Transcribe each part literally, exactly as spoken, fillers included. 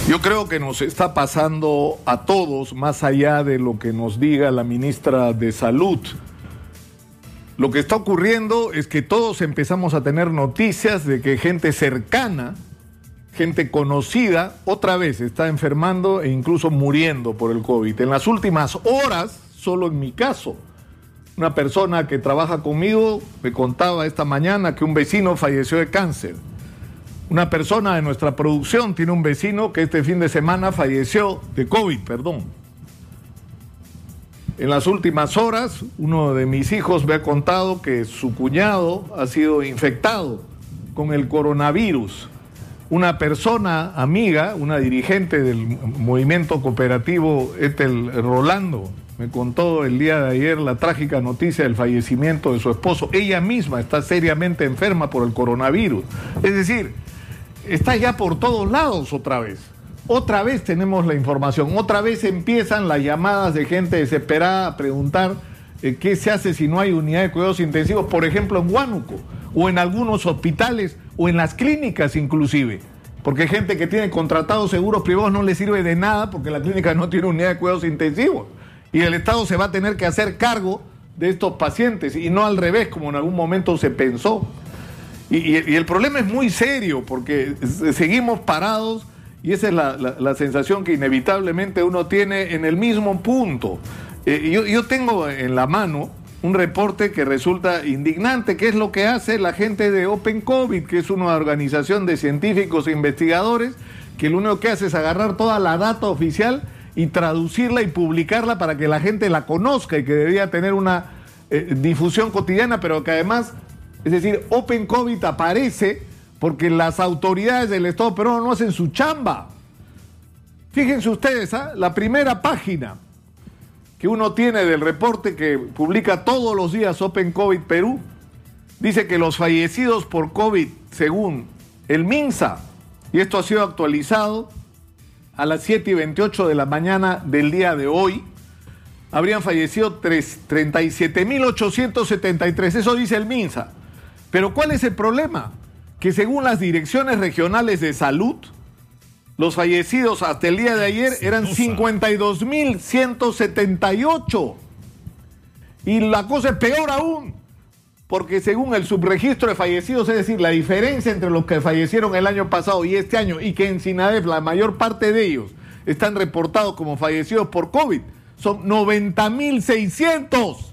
Yo creo que nos está pasando a todos, más allá de lo que nos diga la ministra de Salud. Lo que está ocurriendo es que todos empezamos a tener noticias de que gente cercana, gente conocida, otra vez está enfermando e incluso muriendo por el COVID. En las últimas horas, solo en mi caso, una persona que trabaja conmigo me contaba esta mañana que un vecino falleció de cáncer. Una persona de nuestra producción tiene un vecino que este fin de semana falleció de COVID, perdón. En las últimas horas, uno de mis hijos me ha contado que su cuñado ha sido infectado con el coronavirus. Una persona amiga, una dirigente del movimiento cooperativo Etel Rolando, me contó el día de ayer la trágica noticia del fallecimiento de su esposo. Ella misma está seriamente enferma por el coronavirus. Es decir, está ya por todos lados otra vez. Otra vez tenemos la información. Otra vez empiezan las llamadas de gente desesperada a preguntar eh, qué se hace si no hay unidad de cuidados intensivos, por ejemplo en Huánuco, o en algunos hospitales, o en las clínicas inclusive. Porque hay gente que tiene contratados seguros privados, no le sirve de nada porque la clínica no tiene unidad de cuidados intensivos. Y el Estado se va a tener que hacer cargo de estos pacientes, y no al revés, como en algún momento se pensó. Y, y, y el problema es muy serio, porque seguimos parados, y esa es la, la, la sensación que inevitablemente uno tiene en el mismo punto. Eh, yo, yo tengo en la mano un reporte que resulta indignante, que es lo que hace la gente de Open COVID, que es una organización de científicos e investigadores, que lo único que hace es agarrar toda la data oficial y traducirla y publicarla para que la gente la conozca, y que debería tener una eh, difusión cotidiana, pero que además, es decir, Open COVID aparece porque las autoridades del Estado peruano no hacen su chamba. Fíjense ustedes, ¿eh? La primera página que uno tiene del reporte que publica todos los días Open COVID Perú, dice que los fallecidos por COVID, según el MINSA, y esto ha sido actualizado a las siete y veintiocho de la mañana del día de hoy, habrían fallecido treinta y siete mil ochocientos setenta y tres, eso dice el MINSA. Pero ¿cuál es el problema? Que según las direcciones regionales de salud, los fallecidos hasta el día de ayer eran cincuenta y dos mil ciento setenta y ocho. Y la cosa es peor aún, porque según el subregistro de fallecidos, es decir, la diferencia entre los que fallecieron el año pasado y este año, y que en SINADEF la mayor parte de ellos están reportados como fallecidos por COVID, son noventa mil seiscientos.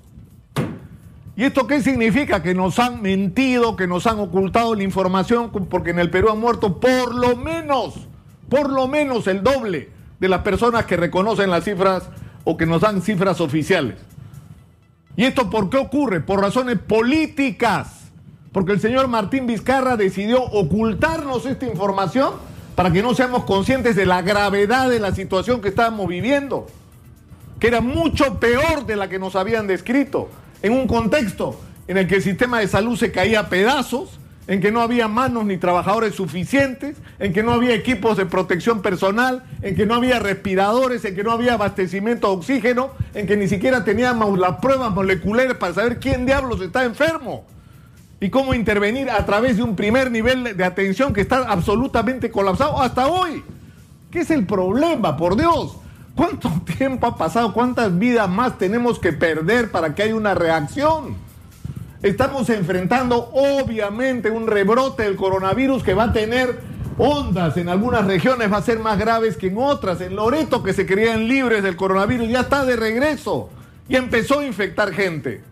¿Y esto qué significa? Que nos han mentido, que nos han ocultado la información, porque en el Perú han muerto por lo menos, por lo menos el doble de las personas que reconocen las cifras o que nos dan cifras oficiales. ¿Y esto por qué ocurre? Por razones políticas, porque el señor Martín Vizcarra decidió ocultarnos esta información para que no seamos conscientes de la gravedad de la situación que estábamos viviendo, que era mucho peor de la que nos habían descrito, en un contexto en el que el sistema de salud se caía a pedazos, en que no había manos ni trabajadores suficientes, en que no había equipos de protección personal, en que no había respiradores, en que no había abastecimiento de oxígeno, en que ni siquiera teníamos las pruebas moleculares para saber quién diablos está enfermo y cómo intervenir a través de un primer nivel de atención que está absolutamente colapsado hasta hoy. ¿Qué es el problema, por Dios? ¿Cuánto tiempo ha pasado? ¿Cuántas vidas más tenemos que perder para que haya una reacción? Estamos enfrentando obviamente un rebrote del coronavirus que va a tener ondas. En algunas regiones va a ser más graves que en otras. En Loreto, que se creían libres del coronavirus, ya está de regreso y empezó a infectar gente.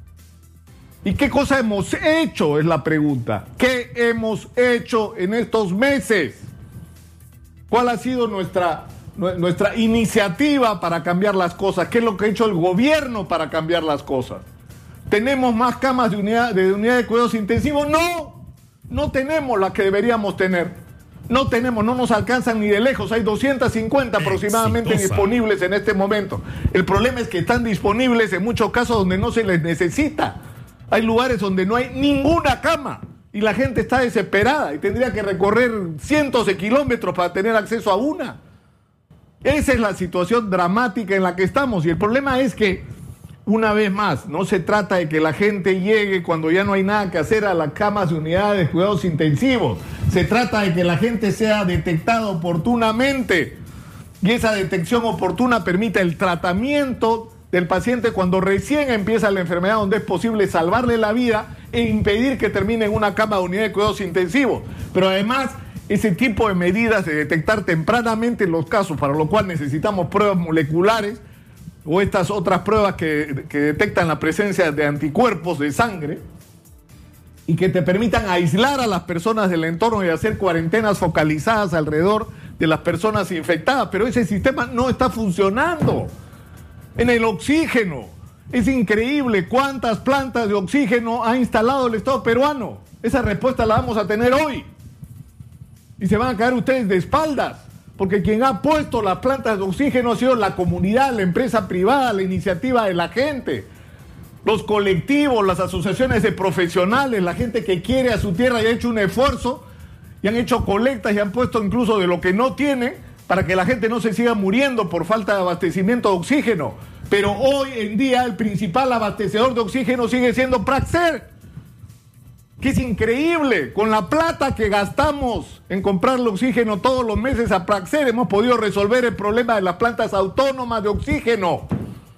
¿Y qué cosa hemos hecho? Es la pregunta. ¿Qué hemos hecho en estos meses? ¿Cuál ha sido nuestra, nuestra iniciativa para cambiar las cosas? ¿Qué es lo que ha hecho el gobierno para cambiar las cosas? ¿Tenemos más camas de unidad, de unidad de cuidados intensivos? No, no tenemos las que deberíamos tener. No tenemos, no nos alcanzan ni de lejos. Hay doscientas cincuenta aproximadamente Exitosa. disponibles en este momento. El problema es que están disponibles en muchos casos donde no se les necesita. Hay lugares donde no hay ninguna cama y la gente está desesperada y tendría que recorrer cientos de kilómetros para tener acceso a una. Esa es la situación dramática en la que estamos, y el problema es que, una vez más, no se trata de que la gente llegue cuando ya no hay nada que hacer a las camas de unidades de cuidados intensivos. Se trata de que la gente sea detectada oportunamente y esa detección oportuna permita el tratamiento del paciente cuando recién empieza la enfermedad, donde es posible salvarle la vida e impedir que termine en una cama de unidad de cuidados intensivos. Pero además, ese tipo de medidas de detectar tempranamente los casos, para lo cual necesitamos pruebas moleculares o estas otras pruebas que, que detectan la presencia de anticuerpos de sangre y que te permitan aislar a las personas del entorno y hacer cuarentenas focalizadas alrededor de las personas infectadas. Pero ese sistema no está funcionando. En el oxígeno, es increíble cuántas plantas de oxígeno ha instalado el Estado peruano. Esa respuesta la vamos a tener hoy. Y se van a caer ustedes de espaldas, porque quien ha puesto las plantas de oxígeno ha sido la comunidad, la empresa privada, la iniciativa de la gente, los colectivos, las asociaciones de profesionales, la gente que quiere a su tierra y ha hecho un esfuerzo y han hecho colectas y han puesto incluso de lo que no tiene para que la gente no se siga muriendo por falta de abastecimiento de oxígeno. Pero hoy en día el principal abastecedor de oxígeno sigue siendo Praxair, que es increíble. Con la plata que gastamos en comprarle oxígeno todos los meses a Praxair hemos podido resolver el problema de las plantas autónomas de oxígeno.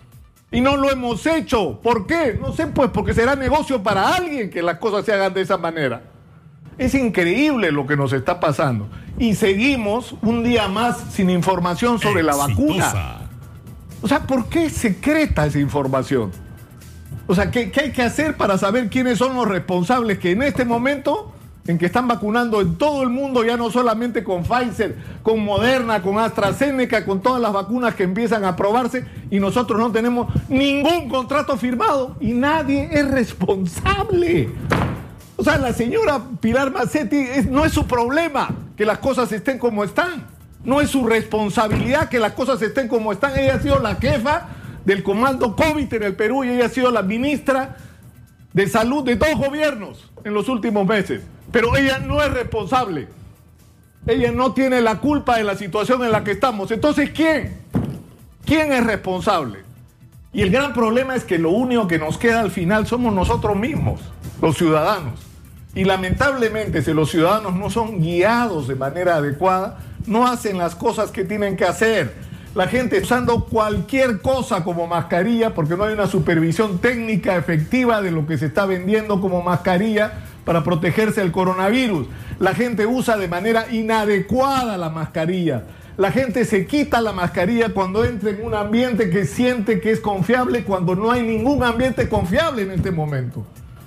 Y no lo hemos hecho. ¿Por qué? No sé, pues porque será negocio para alguien que las cosas se hagan de esa manera. Es increíble lo que nos está pasando. Y seguimos un día más sin información sobre Exitosa. la vacuna. O sea, ¿por qué secreta esa información? O sea, ¿qué, ¿qué hay que hacer para saber quiénes son los responsables que en este momento, en que están vacunando en todo el mundo, ya no solamente con Pfizer, con Moderna, con AstraZeneca, con todas las vacunas que empiezan a aprobarse, y nosotros no tenemos ningún contrato firmado y nadie es responsable? O sea, la señora Pilar Mazzetti es, no es su problema que las cosas estén como están. No es su responsabilidad que las cosas estén como están. Ella ha sido la jefa del comando COVID en el Perú y ella ha sido la ministra de salud de dos gobiernos en los últimos meses. Pero ella no es responsable. Ella no tiene la culpa de la situación en la que estamos. Entonces, ¿quién? ¿Quién es responsable? Y el gran problema es que lo único que nos queda al final somos nosotros mismos, los ciudadanos. Y lamentablemente, si los ciudadanos no son guiados de manera adecuada, no hacen las cosas que tienen que hacer. La gente usando cualquier cosa como mascarilla, porque no hay una supervisión técnica efectiva de lo que se está vendiendo como mascarilla para protegerse del coronavirus. La gente usa de manera inadecuada la mascarilla. La gente se quita la mascarilla cuando entra en un ambiente que siente que es confiable, cuando no hay ningún ambiente confiable en este momento.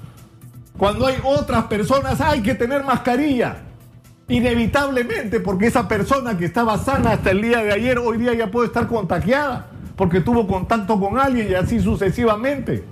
Cuando hay otras personas, hay que tener mascarilla. Inevitablemente, porque esa persona que estaba sana hasta el día de ayer, hoy día ya puede estar contagiada, porque tuvo contacto con alguien y así sucesivamente.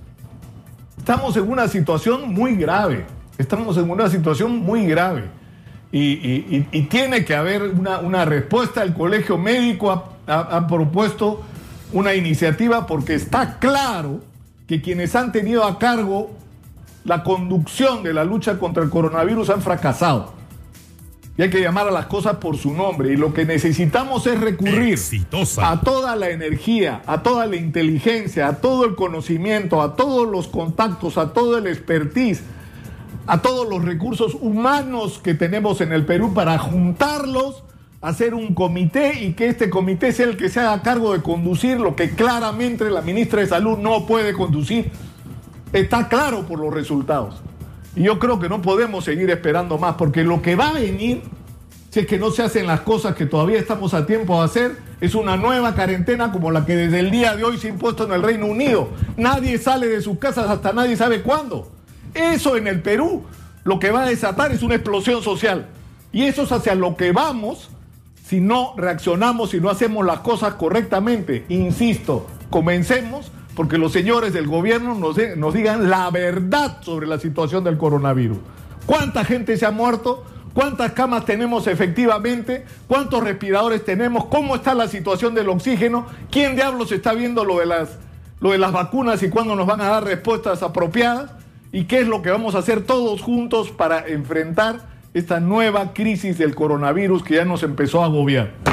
Estamos en una situación muy grave, estamos en una situación muy grave. Y, y, y, y tiene que haber una, una respuesta. El Colegio Médico ha, ha, ha propuesto una iniciativa porque está claro que quienes han tenido a cargo la conducción de la lucha contra el coronavirus han fracasado. Y hay que llamar a las cosas por su nombre. Y lo que necesitamos es recurrir Exitosa. a toda la energía, a toda la inteligencia, a todo el conocimiento, a todos los contactos, a todo el expertise, a todos los recursos humanos que tenemos en el Perú para juntarlos, hacer un comité y que este comité sea el que se haga cargo de conducir lo que claramente la ministra de Salud no puede conducir. Está claro por los resultados. Y yo creo que no podemos seguir esperando más, porque lo que va a venir, si es que no se hacen las cosas que todavía estamos a tiempo de hacer, es una nueva cuarentena como la que desde el día de hoy se ha impuesto en el Reino Unido. Nadie sale de sus casas hasta nadie sabe cuándo. Eso en el Perú lo que va a desatar es una explosión social. Y eso es hacia lo que vamos si no reaccionamos, si no hacemos las cosas correctamente. Insisto, comencemos porque los señores del gobierno nos, de, nos digan la verdad sobre la situación del coronavirus. ¿Cuánta gente se ha muerto? ¿Cuántas camas tenemos efectivamente? ¿Cuántos respiradores tenemos? ¿Cómo está la situación del oxígeno? ¿Quién diablos está viendo lo de las, lo de las vacunas y cuándo nos van a dar respuestas apropiadas? ¿Y qué es lo que vamos a hacer todos juntos para enfrentar esta nueva crisis del coronavirus que ya nos empezó a agobiar?